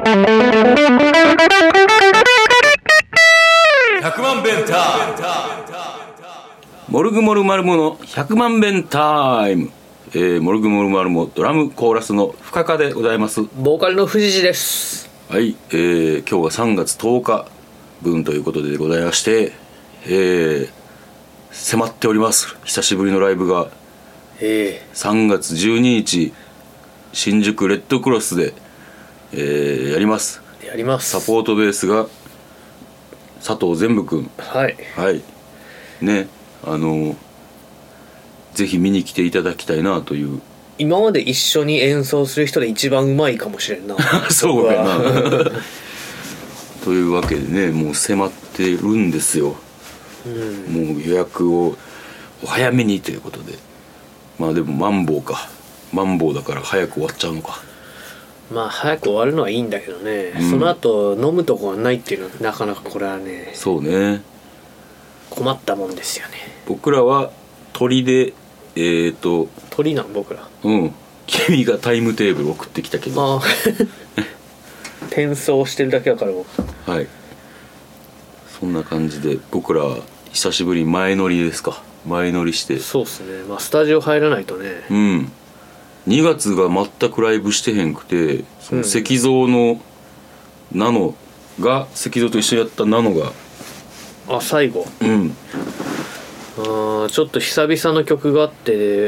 100万弁タイム。モルグモルマルモの100万弁タイム。モルグモルマルモドラムコーラスの深川でございます。 ボーカルの藤次です。 はい、今日は3月10日分ということでございまして、迫っております。久しぶりのライブが、3月12日新宿レッドクロスで、やります。サポートベースが佐藤善武くん。 はいね、ぜひ見に来ていただきたいなという。 今まで一緒に演奏する人で一番うまいかもしれんなそうかなというわけでね、もう迫ってるんですよ、もう予約をお早めにということで。まあでもマンボウだから早く終わっちゃうのか。 まあ早く終わるのはいいんだけどね、その後飲むとこがないっていうのはなかなかこれはね、 そうね、 困ったもんですよね。 僕らは鳥で鳥なん僕ら。 君がタイムテーブル送ってきたけど転送してるだけだから僕。はい、 そんな感じで僕ら久しぶりに前乗りして。 そうっすね、まあスタジオ入らないとね。 2月が全くライブしてへんくて、その石像のナノが、石像と一緒にやったナノが最後ちょっと久々の曲があって、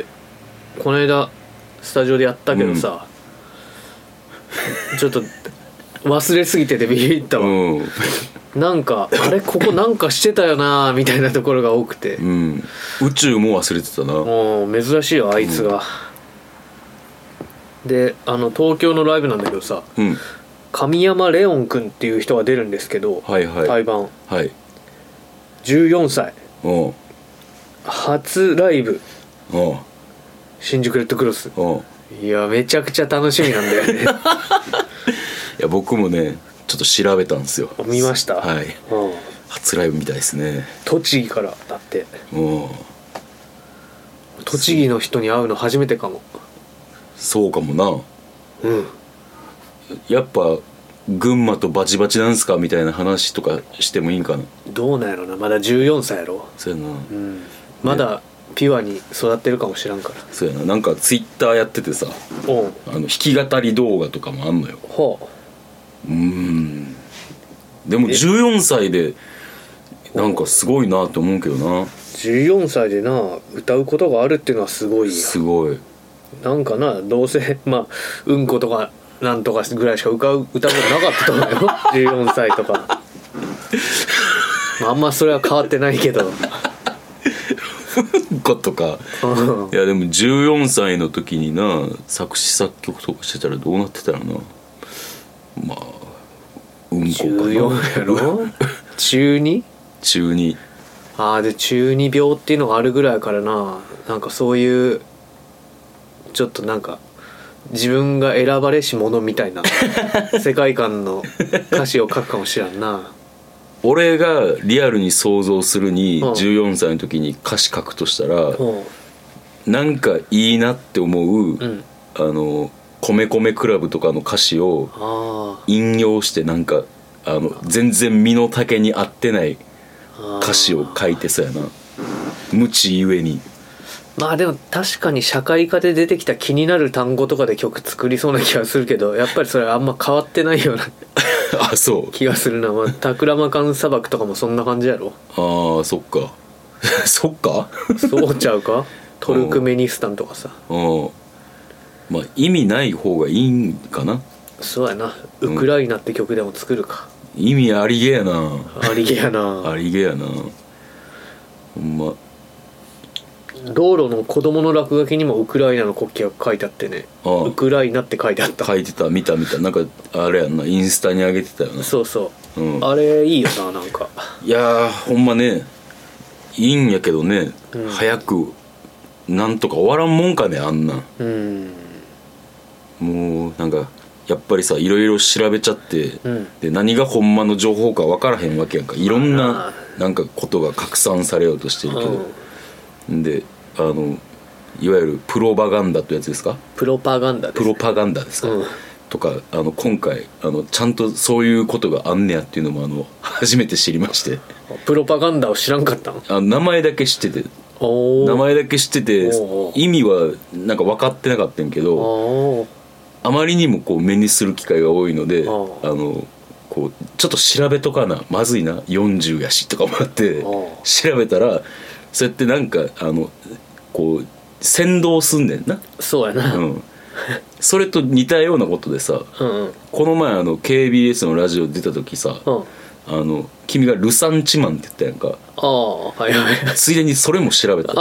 この間スタジオでやったけどさ、ちょっと忘れすぎててビビったわ。なんかあれここなんかしてたよなみたいなところが多くて、 宇宙も忘れてたな。 もう珍しいよあいつが。で東京のライブなんだけどさ、神山レオン君っていう人が出るんですけど、対バン、14歳初ライブ、新宿レッドクロス。いやめちゃくちゃ楽しみなんだよねいや僕もねちょっと調べたんですよ。 見ました。 初ライブみたいですね。 栃木からだって。栃木の人に会うの初めてかも。 そうかもな。やっぱ群馬とバチバチなんすかみたいな話とかしてもいいんかな。 どうなんやろな、まだ14歳やろ。 そうやな、 まだピュアに育ってるかもしらんから。 そうやな、なんかツイッターやっててさ、弾き語り動画とかもあんのよ。でも14歳でなんかすごいなと思うけどな。 14歳でな歌うことがあるっていうのはすごいよ。 すごい。 なんかな、どうせうんことかなんとかぐらいしか歌うことなかったと思うよ14歳とかあんまそれは変わってないけどうんことかいやでも14歳の時にな作詞作曲とかしてたらどうなってたらな。まあうんこかな。 14やろ中 2？ 中2。 で中2病っていうのがあるぐらいからな。なんかそういうちょっとなんか自分が選ばれし者みたいな世界観の歌詞を書くかもしれんな。 俺がリアルに想像するに14歳の時に歌詞書くとしたら、なんかいいなって思う、米米クラブとかの歌詞を引用して、なんか全然身の丈に合ってない歌詞を書いてそうやな、無知ゆえに。 まあでも確かに社会科で出てきた気になる単語とかで曲作りそうな気がするけど、やっぱりそれはあんま変わってないような気がするな。タクラマカン砂漠とかもそんな感じやろ。 そっかそっかそうちゃうかトルクメニスタンとかさ。 まあ意味ない方がいいんかな。 そうやな、ウクライナって曲でも作るか。 意味ありげやな。 ありげやなありげやな、ほんま。 道路の子供の落書きにもウクライナの国旗が書いてあってね、ウクライナって書いてあった。 書いてた、見たなんかあれやんな、インスタに上げてたよな。 そうそう、あれいいよな。なんかいやほんまねいいんやけどね、早くなんとか終わらんもんかね、あんな。もうなんかやっぱりさ、いろいろ調べちゃって、で何がほんまの情報か分からへんわけやんか。いろんななんかことが拡散されようとしてるけど、でいわゆるプロパガンダってやつですか。 プロパガンダです、 プロパガンダですか、 とか今回ちゃんとそういうことがあんねやっていうのも初めて知りまして。 プロパガンダを知らんかったの？ 名前だけ知ってて、名前だけ知ってて意味はなんか分かってなかったんけど、あまりにもこう目にする機会が多いのでこうちょっと調べとかなまずいな40やしとかもあって調べたら、そうやってなんかこう先導すんねんな。 そうやな、 それと似たようなことでさ、この前KBS のラジオ出た時さ、君がルサンチマンって言ったやんか。 はいはい。 ついでにそれも調べた。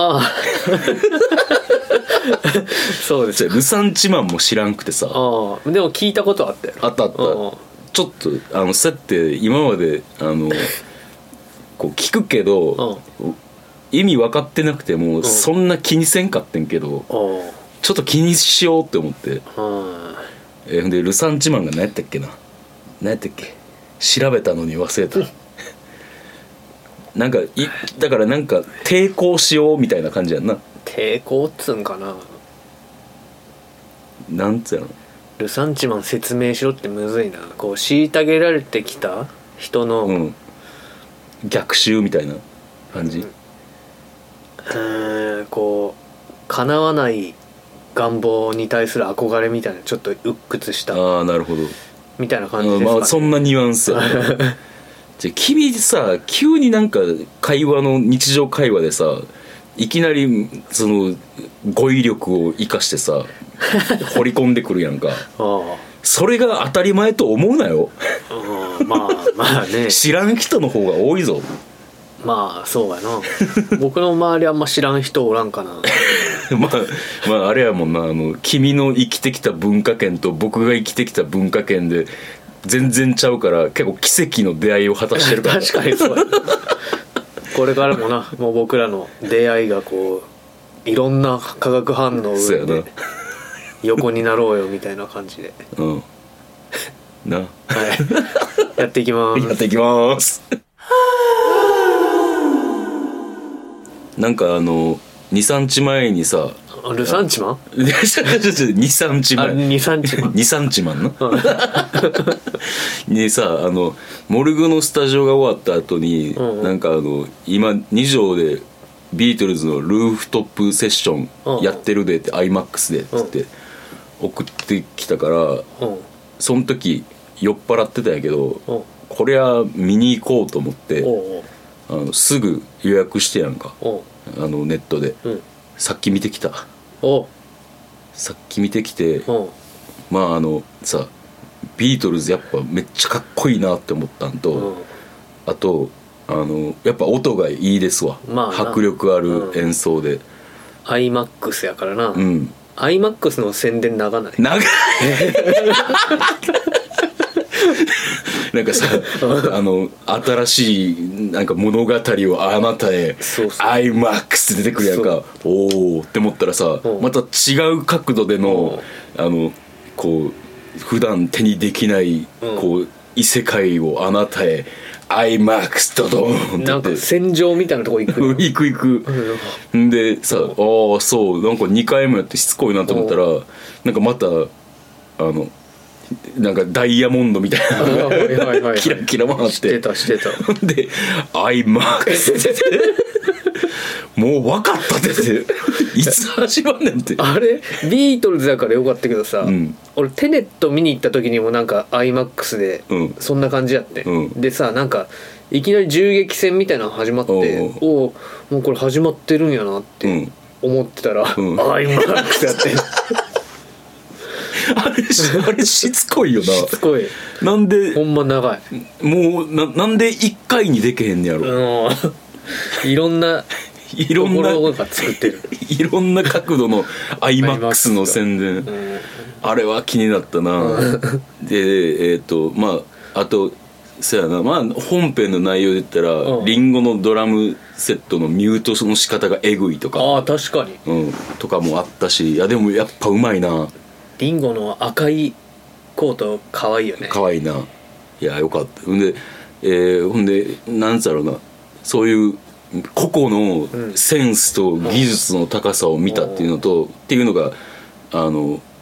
そうです。 ルサンチマンも知らんくてさ。でも聞いたことあったよ。 あった。ちょっとそうやって今までこう聞くけど、意味分かってなくてもそんな気にせんかってんけど、ちょっと気にしようって思って。でルサンチマンが何やったっけな、調べたのに忘れた。なんかだからなんか抵抗しようみたいな感じやんな。 抵抗っつんかな。 なんつうの。 ルサンチマン説明しろってむずいな。こう虐げられてきた人の、 逆襲みたいな感じ。 こう叶わない願望に対する憧れみたいな、ちょっと鬱屈した。 なるほど。 みたいな感じですかね。 そんなニュアンスやな。じゃ君さ、急になんか日常会話でさ、いきなりその語彙力を生かしてさ掘り込んでくるやんか。それが当たり前と思うなよ。 まあね。 知らん人の方が多いぞ。 まあそうやな。僕の周りあんま知らん人おらんかな。 まああれやもんな、君の生きてきた文化圏と僕が生きてきた文化圏で全然ちゃうから、結構奇跡の出会いを果たしてるから。 確かにそうや。これからもな、もう僕らの出会いがこういろんな化学反応を生んで横になろうよみたいな感じで。 な。 はい。やっていきます。 やっていきます。なんか2,3 日前にさ、 ルサンチマン 2,3 日前2,3 日マンなにさ、モルグのスタジオが終わった後に、なんか今2条でビートルズのルーフトップセッションやってるでって IMAX でっつって送ってきたから、その時酔っ払ってたんやけど、これは見に行こうと思ってすぐ予約してやんか、ネットで、さっき見てきた。さっき見てきて、まあさ、ビートルズやっぱめっちゃかっこいいなって思ったんと、あとやっぱ音がいいですわ、迫力ある演奏で。 IMAX やからな。IMAX の宣伝長ない？ 長い。なんかさ、新しいなんか物語をあなたへ IMAX って出てくるやんか。おおって思ったらさ、また違う角度でのこう普段手にできないこう異世界をあなたへ IMAX ドドーンって。 なんか戦場みたいなとこ行く。 行く。でさ、そうなんか2回もやってしつこいなと思ったら、なんかまたなんかダイヤモンドみたいなのがキラキラ回ってしてたで IMAX もう分かったっていつ始まんねんって。 あれビートルズだからよかったけどさ、俺テネット見に行った時にもなんか IMAX でそんな感じやって、でさ、なんかいきなり銃撃戦みたいなの始まって、もうこれ始まってるんやなって思ってたら、IMAX やってあれしつこいよな。 しつこい。 なんでほんま長い。もうなんで1回にでけへんねやろ。 いろんなところが作ってる。 いろんな角度の IMAX の宣伝、あれは気になったな。でまああとそうやな、まあ本編の内容で言ったら、リンゴのドラムセットのミュートの仕方がエグいとか、 確かに、 とかもあったし、いやでもやっぱうまいな。 リンゴの赤いコートかわいいよね。 かわいいな。いやよかった。ほんでなんつうだろうな、そういう個々のセンスと技術の高さを見たっていうのと、っていうのがこ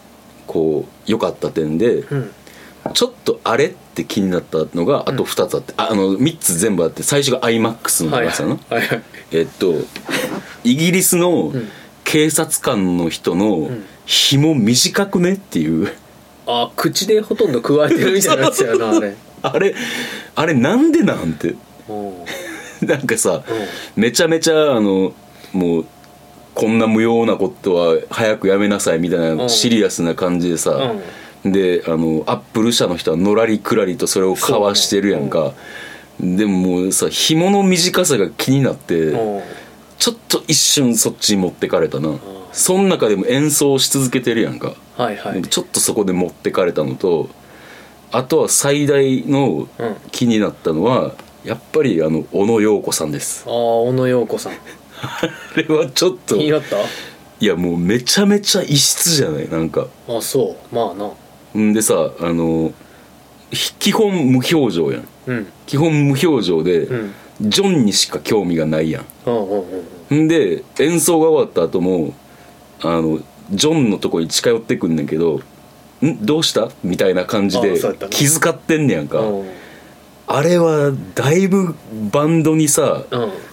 こう良かった点で、 うん、 ちょっとあれって気になったのがあと2つあって、3つ全部あって、最初が IMAX のやつだな、 はいはい、 イギリスの警察官の人の紐短くねっていう、 あ、口でほとんど加えてるみたいなやつやなあれなんでなんてなんかさ、めちゃめちゃもうこんな無用なことは早くやめなさいみたいなシリアスな感じでさ、でアップル社の人はのらりくらりとそれをかわしてるやんか、でももうさ、紐の短さが気になってちょっと一瞬そっちに持ってかれたな。その中でも演奏し続けてるやんか、 はいはい、 ちょっとそこで持ってかれたのと、あとは最大の気になったのは、やっぱり小野陽子さんです。 小野陽子さんあれはちょっと気になった？ いやもうめちゃめちゃ異質じゃない、なんか。 あ、そうまあな。 んでさ、基本無表情やん、 うん、 基本無表情で、 うん、 ジョンにしか興味がないやん、 んで演奏が終わった後もジョンのとこに近寄ってくんねんけど、どうしたみたいな感じで気遣ってんねやんか。あれはだいぶバンドにさ、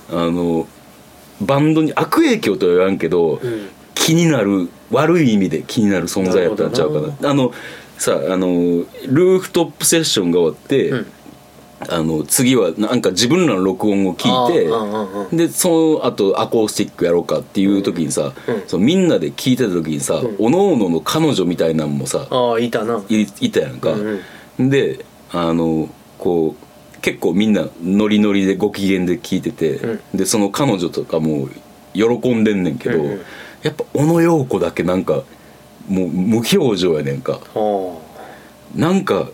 バンドに悪影響とは言わんけど、気になる、悪い意味で気になる存在やったんちゃうかな。さルーフトップセッションが終わって、次はなんか自分らの録音を聞いて、でその後アコースティックやろうかっていう時にさ、そのみんなで聞いてた時にさ、おのおのの彼女みたいなんもさ、 いたな、 いたやんか、でこう結構みんなノリノリでご機嫌で聞いてて、でその彼女とかも喜んでんねんけど、やっぱ小野陽子だけなんかもう無表情やねんか。なんか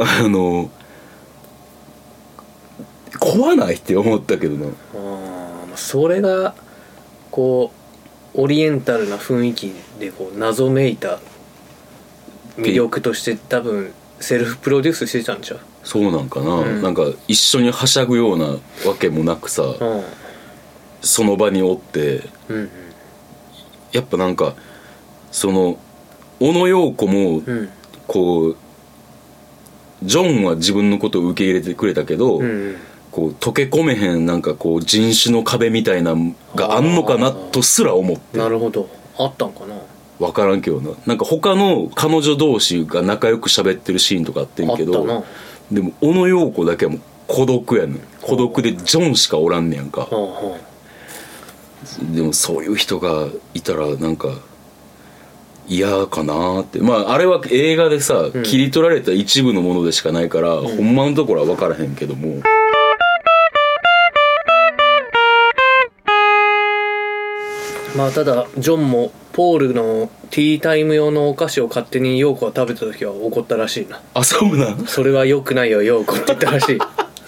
怖ないって思ったけどな。 それがこうオリエンタルな雰囲気でこう謎めいた魅力として多分セルフプロデュースしてたんちゃう？ そうなんかな、なんか一緒にはしゃぐようなわけもなくさ、その場におって、やっぱなんかその小野陽子もこう、ジョンは自分のことを受け入れてくれたけど、こう溶け込めへんなんかこう人種の壁みたいなのがあんのかなとすら思って。 なるほど、あったんかな、 分からんけどな。なんか他の彼女同士が仲良く喋ってるシーンとかあってんけど、でも小野陽子だけはもう孤独やねん。孤独でジョンしかおらんねやんか。でもそういう人がいたらなんか嫌かなって。まああれは映画でさ、切り取られた一部のものでしかないから、ほんまのところは分からへんけども、 まあただジョンもポールのティータイム用のお菓子を勝手に陽子が食べた時は怒ったらしいな。 あ、そうなん？ それは良くないよ陽子って言ったらしい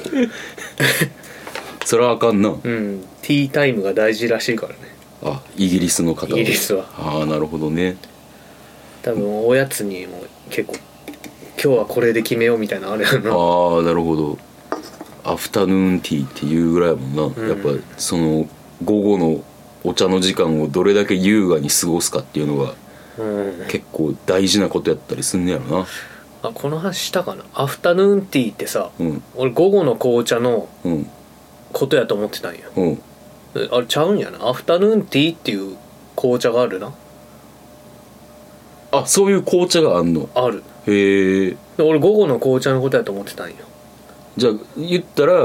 それはあかんな。 ティータイムが大事らしいからね。 あ、イギリスの方は。 イギリスは。 ああ、なるほどね。 多分おやつにも結構今日はこれで決めようみたいなあれやな。 ああ、なるほど。アフタヌーンティーっていうぐらいやもんな、やっぱその午後のお茶の時間をどれだけ優雅に過ごすかっていうのが結構大事なことやったりすんねやろな。 この話したかな。アフタヌーンティーってさ、俺午後の紅茶のことやと思ってたんや、あれちゃうんやな。アフタヌーンティーっていう紅茶があるな。 あ、そういう紅茶があんの？ ある。 へえ。 俺午後の紅茶のことやと思ってたんや。 じゃあ言ったら、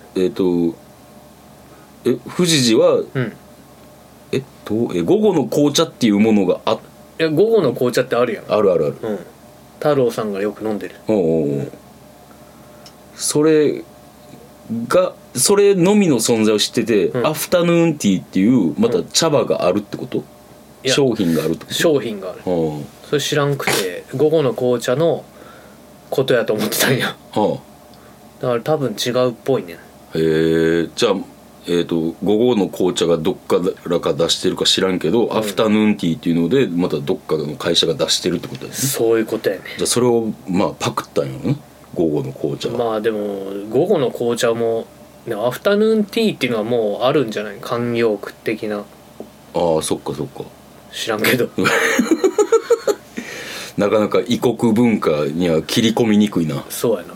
富士寺は、午後の紅茶っていうものが午後の紅茶ってあるやん。 あるあるある。 太郎さんがよく飲んでる。 それのみの存在を知ってて、アフタヌーンティーっていうまた茶葉があるってこと？商品があるってこと？商品がある。それ知らんくて午後の紅茶のことやと思ってたんや。だから多分違うっぽいね。 へえ。じゃあ午後の紅茶がどっからか出してるか知らんけど、アフタヌーンティーっていうのでまたどっかの会社が出してるってことですね。 そういうことやね。 じゃあそれをまあパクったんやろね、午後の紅茶は。 まあでも午後の紅茶もアフタヌーンティーっていうのはもうあるんじゃない？慣用句的な。 ああ、そっかそっか。 知らんけどなかなか異国文化には切り込みにくいな。 そうやな。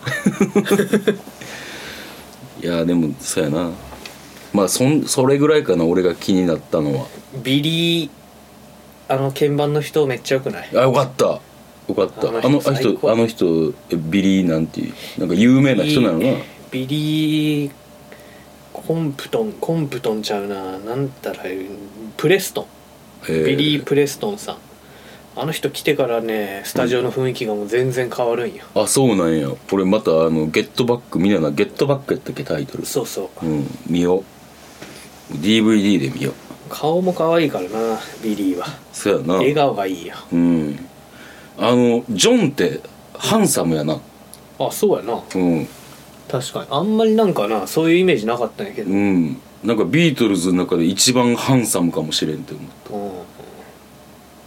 いやでもそうやな。まあそれぐらいかな、俺が気になったのは。 ビリー鍵盤の人めっちゃよくない？ あ、よかったよかった。あの人ビリーなんていうなんか有名な人なのな。 ビリーコンプトンちゃうな、なんたらプレストン、ビリー・プレストンさん。あの人来てからね、スタジオの雰囲気がもう全然変わるんや。 あ、そうなんや。俺またゲットバック見なな。ゲットバックやったっけタイトル。 そうそう、 見よう。 DVD で見よう。 顔も可愛いからな、ビリーは。 そうやな。 笑顔がいいよ。 ジョンってハンサムやな。 あ、そうやな。確かにあんまりなんかな、そういうイメージなかったんやけど。 なんかビートルズの中で一番ハンサムかもしれんって思った。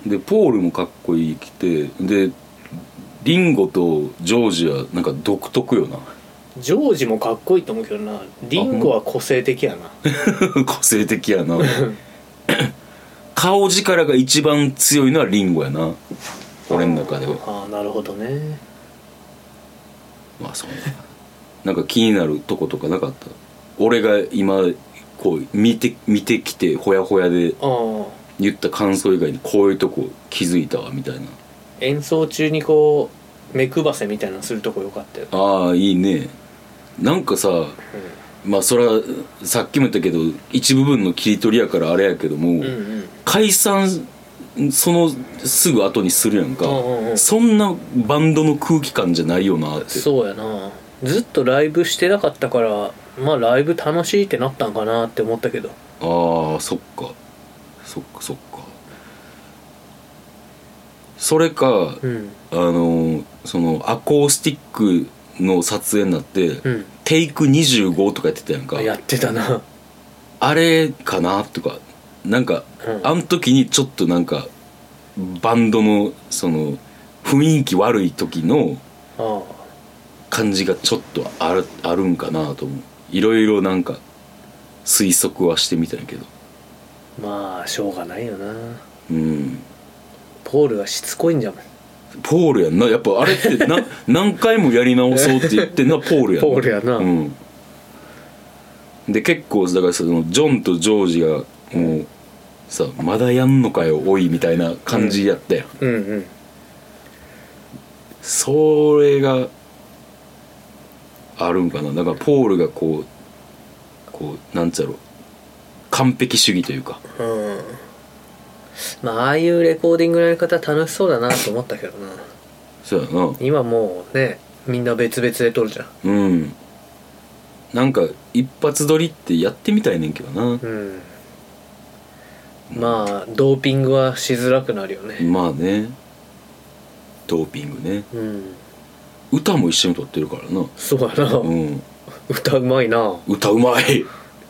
でポールもかっこいいきて、でリンゴとジョージはなんか独特よな。 ジョージもかっこいいと思うけどな。リンゴは個性的やな。 個性的やな。顔力が一番強いのはリンゴやな、俺の中では。 ああ、なるほどね。 まあそうなんか気になるとことかなかった？俺が今こう見てきてほやほやで言った感想以外にこういうとこ気づいたわみたいな。 演奏中にこう目配せみたいなのするとこよかったよ。 ああ、いいね。なんかさ、まあそれはさっきも言ったけど一部分の切り取りやからあれやけども、解散そのすぐ後にするやんか、そんなバンドの空気感じゃないよなって。 そうやな。ずっとライブしてなかったから、まあライブ楽しいってなったんかなって思ったけど。 ああ、そっか。それか、そのアコースティックの撮影になって、テイク25とかやってたやんか。 やってたな。 あれかなとか、なんか、あの時にちょっとなんかバンドのその雰囲気悪い時の感じがちょっとあるんかなと思う。いろいろなんか推測はしてみたんやけど、 まあしょうがないよな。ポールがしつこいんじゃもん。 ポールやんな。やっぱあれって何回もやり直そうって言ってんのはポールやんな。 ポールやな。 で結構だからそのジョンとジョージがもうさ、まだやんのかよおいみたいな感じやったやん。それがあるんかな。だからポールがこうなんつうやろ、完璧主義というか。 まあああいうレコーディングのやり方楽しそうだなと思ったけどな。 そうやな。 今もうね、みんな別々で撮るじゃん。 なんか一発撮りってやってみたいねんけどな。 まあドーピングはしづらくなるよね。 まあね、ドーピングね。歌も一緒に撮ってるからな。 そうやな。歌うまいな。 歌うまい。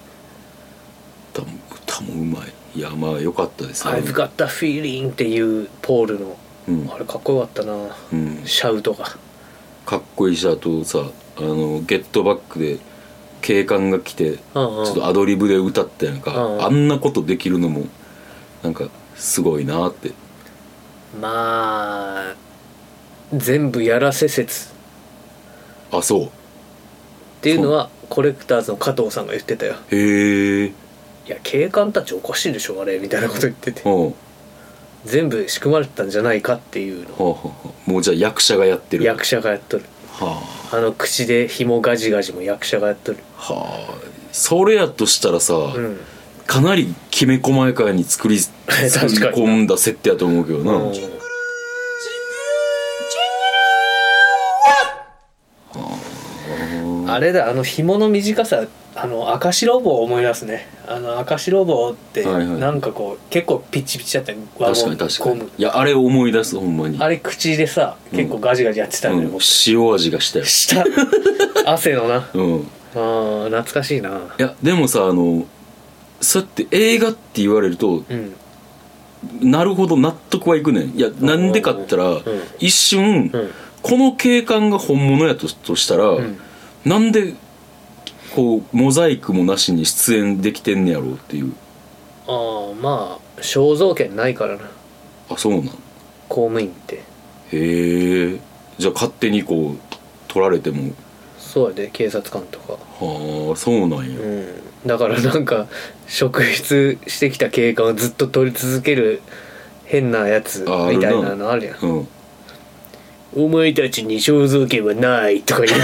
歌もうまい。いや、まあ良かったですね。 I've got the feeling っていうポールの、あれかっこよかったな。シャウトがかっこいいし、あとさ、ゲットバックで警官が来てちょっとアドリブで歌ったやんか。あんなことできるのもなんかすごいなって。 まあ全部やらせ説。 あ、そうっていうのはコレクターズの加藤さんが言ってたよ。 へえ。 いや警官たちおかしいでしょあれみたいなこと言ってて、全部仕組まれてたんじゃないかっていうの。 もうじゃあ役者がやってる。 役者がやっとる。口で紐ガジガジも役者がやっとる。 それやとしたらさ、かなりきめ細やかに作り込んだ設定やと思うけどな。 あれだ、紐の短さ、赤白棒を思い出すね。赤白棒ってなんかこう結構ピッチピチだったり、 確かに。いや、あれを思い出す。ほんまにあれ口でさ、結構ガジガジやってたのよ。 塩味がしたよ。 した汗のな。懐かしいな。 いやでもさ、そうやって映画って言われると、なるほど納得はいくねん。いや、なんでかって言ったら、一瞬、この警官が本物やとしたら、なんでこうモザイクもなしに出演できてんねやろうっていう。 まあ肖像権ないからな。 あ、そうなん。 公務員って。 へえ。じゃあ勝手にこう取られても。 そうやで、警察官とか。 はあ、そうなんや。 だからなんか職質してきた警官をずっと取り続ける変なやつみたいなのあるやん。お前たちに肖像権はないとか言う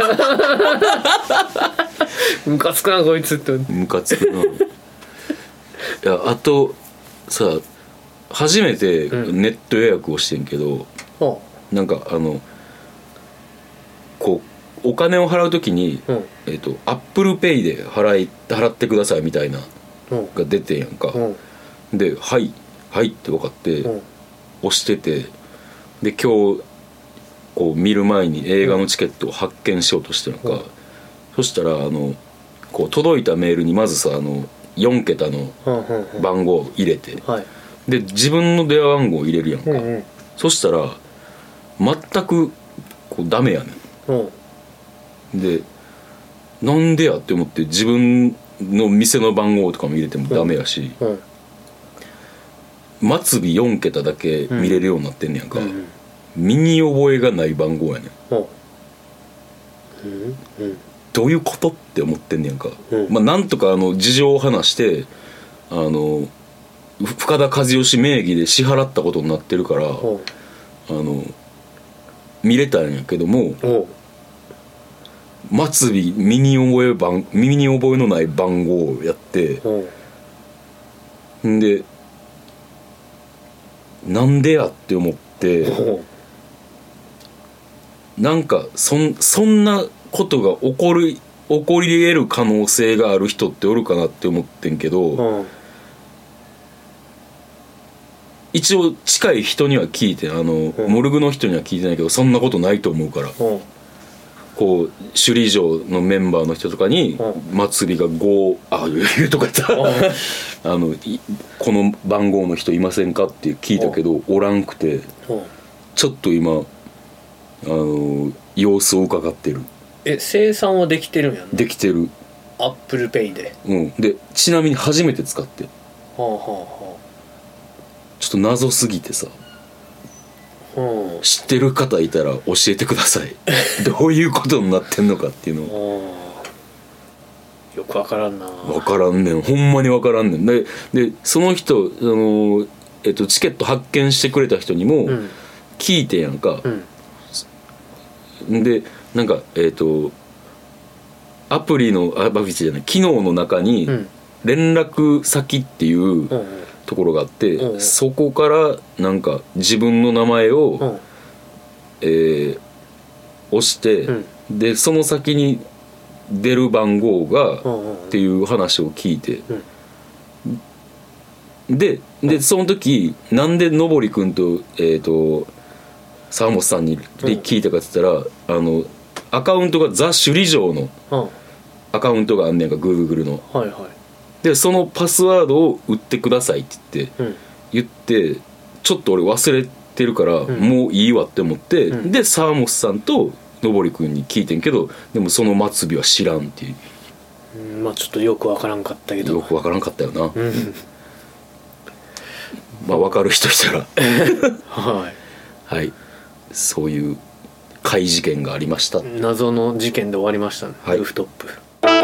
ムカつくなこいつって。 ムカつくな。いや、あとさ、初めてネット予約をしてんけど、なんかこうお金を払うときに、アップルペイで払ってくださいみたいなが出てんやんか。で、はいはいって分かって押してて、で今日こう見る前に映画のチケットを発券しようとしてるのか、そしたらこう届いたメールにまずさ4桁の番号を入れて、で自分の電話番号を入れるやんか、そしたら全くこうダメやねん。でなんでやって思って自分の店の番号とかも入れてもダメやし、末尾4桁だけ見れるようになってんねやんか。身に覚えがない番号やねん。どういうことって思ってんねやんか。まあなんとか事情を話して深田和義名義で支払ったことになってるから見れたんやけども、末尾身に覚えのない番号をやって、んでなんでやって思って、なんかそんなことが起こり得る可能性がある人っておるかなって思ってんけど、一応近い人には聞いてモルグの人には聞いてないけど、そんなことないと思うから、こう首里城のメンバーの人とかに末尾が5言うとか言ったらこの番号の人いませんかって聞いたけどおらんくて、ちょっと今様子を伺ってる。 生産はできてるんやん。 できてる。 アップルペイで。 でちなみに初めて使って、ちょっと謎すぎてさ、知ってる方いたら教えてくださいどういうことになってんのかっていうのを。 よくわからんな。 分からんねん、ほんまに分からんねん。でその人チケット発券してくれた人にも聞いてやんか、でなんかアプリじゃない機能の中に連絡先っていうところがあって、そこからなんか自分の名前を押して、でその先に出る番号がっていう話を聞いて、でその時なんでのぼりくんと沢本さんに聞いたかって言ったら、アカウントがザ・首里城のアカウントがあんねんか、Google の。でそのパスワードを打ってくださいって言ってちょっと俺忘れてるから、もういいわって思って、で沢本さんとのぼりくんに聞いてんけど、でもその末尾は知らんっていう。 まあちょっとよくわからんかったけど。 よくわからんかったよな。まあ分かる人いたらはい、そういう怪事件がありました。 謎の事件で終わりましたね、ルフトップ。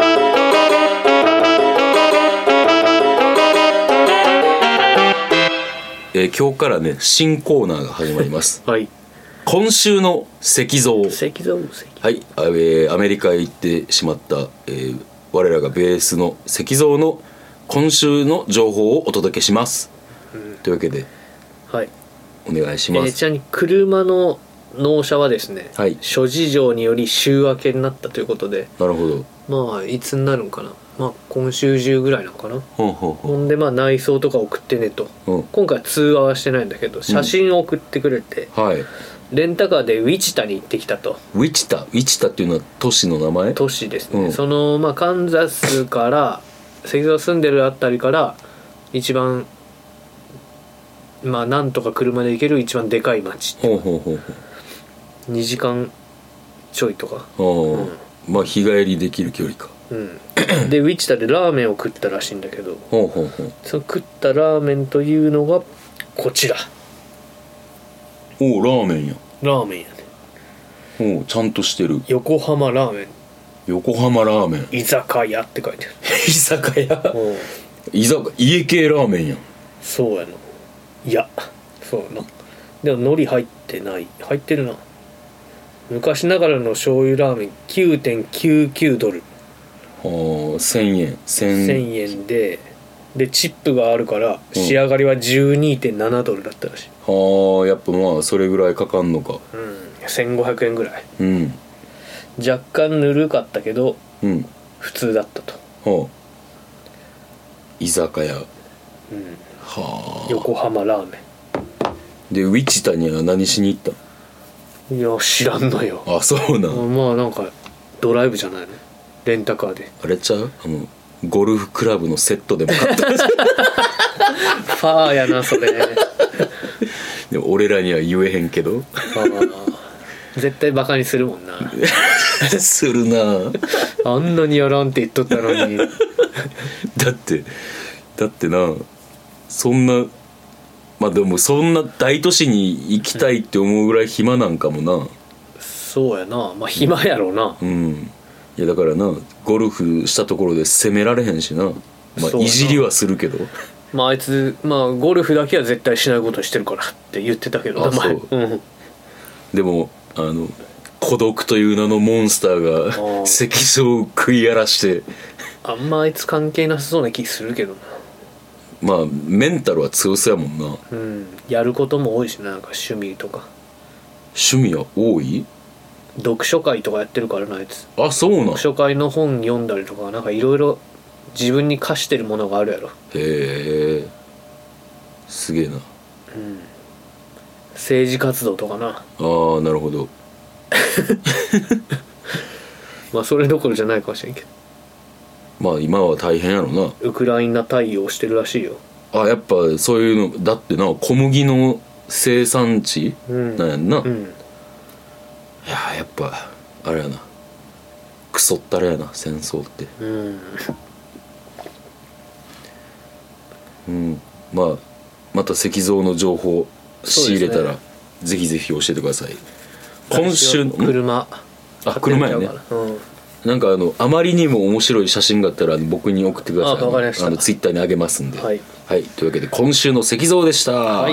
今日からね新コーナーが始まります今週の石像。はい、アメリカへ行ってしまった、我らがベースの石像の今週の情報をお届けします、というわけで、お願いします。 ちなみに車の納車はですね、諸事情により週明けになったということで。 なるほど。 まあいつになるんかな、まあ今週中ぐらいなのかな。ほんでまあ内装とか送ってねと、今回は通話はしてないんだけど写真を送ってくれて、レンタカーでウィチタに行ってきたと。 ウィチタっていうのは都市の名前？ 都市ですね、そのまあカンザスから石像住んでるあたりから一番まあなんとか車で行ける一番でかい町って2時間ちょいとか、 まあ日帰りできる距離か。 でウィチタでラーメンを食ったらしいんだけど、その食ったラーメンというのがこちら。 おおラーメンや。 ラーメンやね。 おおちゃんとしてる。 横浜ラーメン横浜ラーメン居酒屋って書いてある。 居酒屋おう家系ラーメンやん。 そうやな。いやそうやな。でも海苔入ってない。入ってるな。昔ながらの醤油ラーメン 9.99 ドル。 1000円 1000円でチップがあるから仕上がりは 12.7 ドルだったらしい。 はあやっぱまあそれぐらいかかんのか。 1500円ぐらい。 うん若干ぬるかったけどうん普通だったと。 はあ居酒屋。 うんはあ横浜ラーメでウィチタには何しに行ったン。いや知らんのよ。 の。あそうなん。 まあなんかドライブじゃないの、レンタカーで。 あれちゃうゴルフクラブのセットでも買ったファーやなそれ。 でも俺らには言えへんけど絶対バカにするもんな。 するな。 あんなにやらんって言っとったのに。 だってなそんなまあでもそんな大都市に行きたいって思うぐらい暇なんかもな。 そうやな。まあ暇やろうな。 いやだからなゴルフしたところで攻められへんしな。まあいじりはするけど。 まああいつゴルフだけは絶対しないことしてるからって言ってたけど。 あそう、でも孤独という名のモンスターが石像を食い荒らしてあんまあいつ関係なさそうな気するけどな。 まあメンタルは強そうやもんな。 やることも多いしな。なんか趣味とか趣味は多い。 読書会とかやってるからなあいつ。 あそうなん。 読書会の本読んだりとかなんかいろいろ自分に課してるものがあるやろ。 へえすげえな。 政治活動とかな。 ああなるほど。 まあそれどころじゃないかもしれんけど。 まあ今は大変やろな。 ウクライナ対応してるらしいよ。 あやっぱそういうのだってな小麦の生産地なんやんな。いややっぱあれやなクソったれやな戦争って。まあまた石像の情報仕入れたら、ぜひぜひ教えてください。今週の車やね。なんかあまりにも面白い写真があったら僕に送ってください。 わかりました。 ツイッターにあげますんで。 はい、 はい、というわけで今週の石像でした。はい、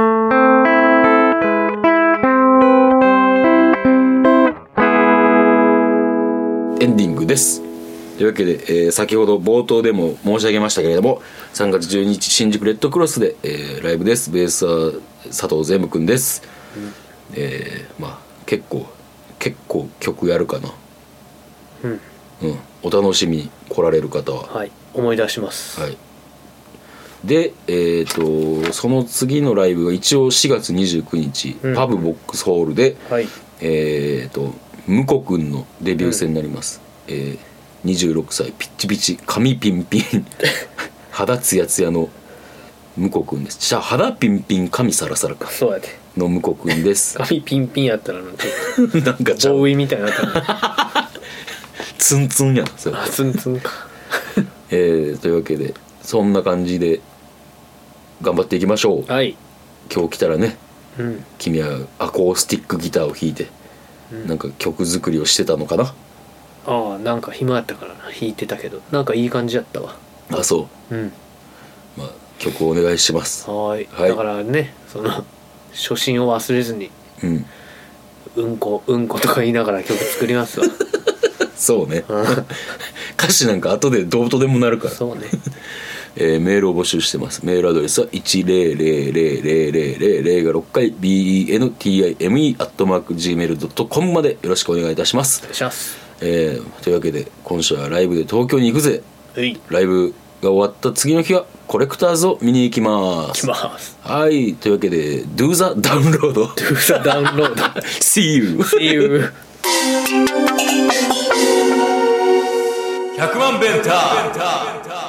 エンディングです。というわけで、先ほど冒頭でも申し上げましたけれども3月12日新宿レッドクロスで、ライブです。ベースは佐藤善夢くんです。まあ結構曲やるかな。お楽しみに来られる方は、 はい、思い出します。 はい、でその次のライブが一応4月29日、パブボックスホールで、 はい、 向こくんのデビュー戦になります。26歳ピッチピチ髪ピンピン肌ツヤツヤの向こくんです。じゃあ肌ピンピン髪サラサラかそうやでの向こくんです。 髪ピンピンやったらなんかなんかちゃうボーイみたいになったツンツンやんそれ。 ツンツンかというわけでそんな感じで頑張っていきましょう。 はい、 今日来たらね、君はアコースティックギターを弾いて、なんか曲作りをしてたのかな。 ああなんか暇やったからな弾いてたけどなんかいい感じやったわ。 あそう、まあ曲をお願いします。 はい、だからねその初心を忘れずにうんことか言いながら曲作りますわ。 そうね歌詞なんか後でどうとでもなるから。 そうねメールを募集してます。メールアドレスは1000000が6回 bentime@gmail.com までよろしくお願いいたします。 お願いします。 というわけで今週はライブで東京に行くぜ。ライブが終わった次の日はコレクターズを見に行きます。はい、というわけで Do the download Do the download See you 100万ベンター